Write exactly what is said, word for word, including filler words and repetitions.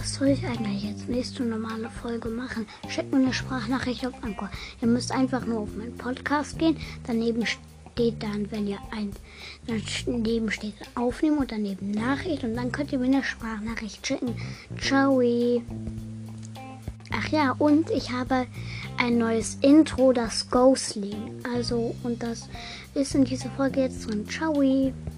Was soll ich eigentlich jetzt nächste normale Folge machen? Schickt mir eine Sprachnachricht auf Anchor. Ihr müsst einfach nur auf meinen Podcast gehen. Daneben steht dann, wenn ihr ein, daneben steht Aufnehmen und daneben Nachricht. Und dann könnt ihr mir eine Sprachnachricht schicken. Ciao. Ach ja, und ich habe ein neues Intro, das Ghostling. Also, und das ist in dieser Folge jetzt drin. Ciao.